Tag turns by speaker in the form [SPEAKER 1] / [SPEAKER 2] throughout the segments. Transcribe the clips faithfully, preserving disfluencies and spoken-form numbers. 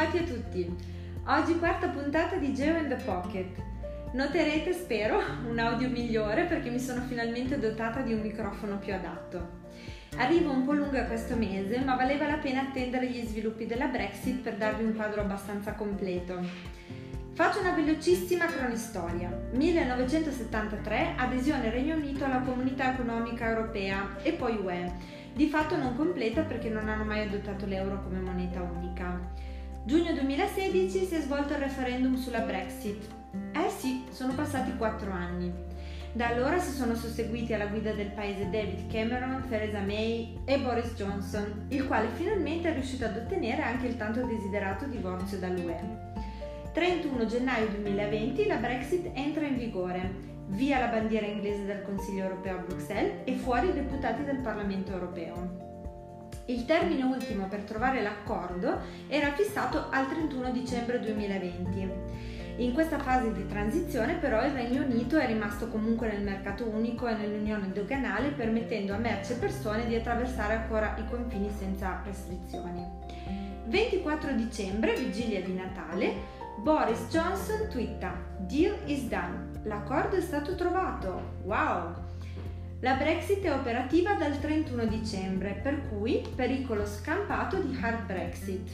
[SPEAKER 1] Bentrovati a tutti! Oggi quarta puntata di Geo in the Pocket. Noterete, spero, un audio migliore perché mi sono finalmente dotata di un microfono più adatto. Arrivo un po' lunga questo mese, ma valeva la pena attendere gli sviluppi della Brexit per darvi un quadro abbastanza completo. Faccio una velocissima cronistoria. millenovecentosettantatré, adesione Regno Unito alla Comunità Economica Europea e poi U E. Di fatto non completa perché non hanno mai adottato l'euro come moneta unica. Giugno duemilasedici si è svolto il referendum sulla Brexit. Eh sì, sono passati quattro anni. Da allora si sono susseguiti alla guida del paese David Cameron, Theresa May e Boris Johnson, il quale finalmente è riuscito ad ottenere anche il tanto desiderato divorzio dall'U E. trentuno gennaio duemilaventi la Brexit entra in vigore. Via la bandiera inglese del Consiglio europeo a Bruxelles e fuori i deputati del Parlamento europeo. Il termine ultimo per trovare l'accordo era fissato al trentuno dicembre duemilaventi. In questa fase di transizione però il Regno Unito è rimasto comunque nel mercato unico e nell'unione doganale, permettendo a merci e persone di attraversare ancora i confini senza restrizioni. ventiquattro dicembre, vigilia di Natale, Boris Johnson twitta: "Deal is done. L'accordo è stato trovato. Wow!" La Brexit è operativa dal trentuno dicembre, per cui pericolo scampato di hard Brexit.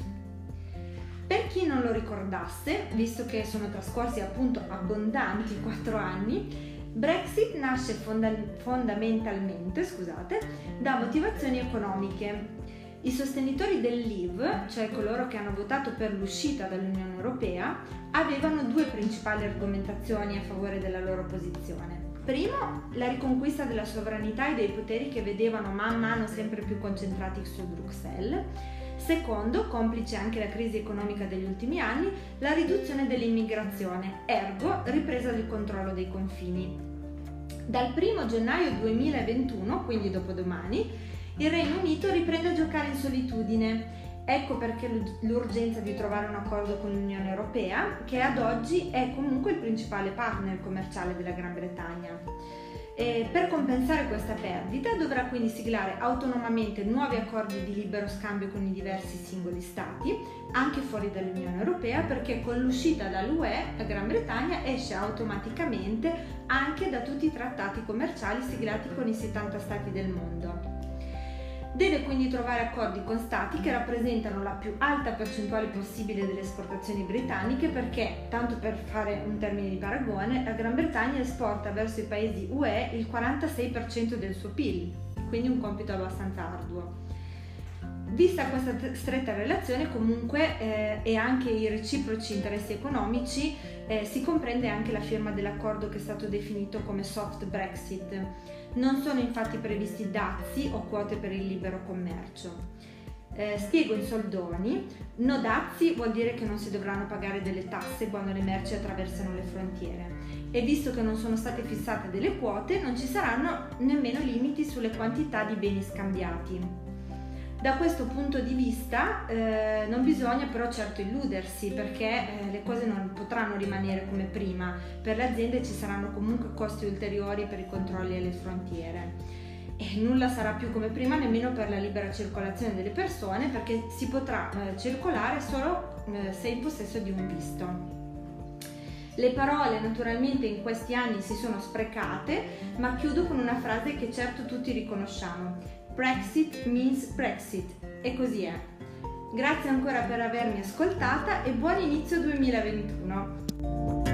[SPEAKER 1] Per chi non lo ricordasse, visto che sono trascorsi appunto abbondanti quattro anni, Brexit nasce fonda- fondamentalmente, scusate, da motivazioni economiche. I sostenitori del Leave, cioè coloro che hanno votato per l'uscita dall'Unione Europea, avevano due principali argomentazioni a favore della loro posizione. Primo, la riconquista della sovranità e dei poteri che vedevano man mano sempre più concentrati su Bruxelles. Secondo, complice anche la crisi economica degli ultimi anni, la riduzione dell'immigrazione, ergo ripresa del controllo dei confini. Dal primo gennaio duemilaventuno, quindi dopodomani, il Regno Unito riprende a giocare in solitudine. Ecco perché l'urgenza di trovare un accordo con l'Unione Europea, che ad oggi è comunque il principale partner commerciale della Gran Bretagna. E per compensare questa perdita dovrà quindi siglare autonomamente nuovi accordi di libero scambio con i diversi singoli stati, anche fuori dall'Unione Europea, perché con l'uscita dall'U E la Gran Bretagna esce automaticamente anche da tutti i trattati commerciali siglati con i settanta stati del mondo. Deve quindi trovare accordi con stati che rappresentano la più alta percentuale possibile delle esportazioni britanniche perché, tanto per fare un termine di paragone, la Gran Bretagna esporta verso i paesi U E il quarantasei per cento del suo P I L, quindi un compito abbastanza arduo. Vista questa stretta relazione comunque eh, e anche i reciproci interessi economici, eh, si comprende anche la firma dell'accordo che è stato definito come soft Brexit. Non sono infatti previsti dazi o quote per il libero commercio. Eh, spiego in soldoni: no dazi vuol dire che non si dovranno pagare delle tasse quando le merci attraversano le frontiere e visto che non sono state fissate delle quote non ci saranno nemmeno limiti sulle quantità di beni scambiati. Da questo punto di vista eh, non bisogna però certo illudersi perché eh, le cose non potranno rimanere come prima. Per le aziende ci saranno comunque costi ulteriori per i controlli alle frontiere e nulla sarà più come prima nemmeno per la libera circolazione delle persone perché si potrà eh, circolare solo eh, se in possesso di un visto. Le parole naturalmente in questi anni si sono sprecate, ma chiudo con una frase che certo tutti riconosciamo: Brexit means Brexit, e così è. Grazie ancora per avermi ascoltata e buon inizio duemilaventuno!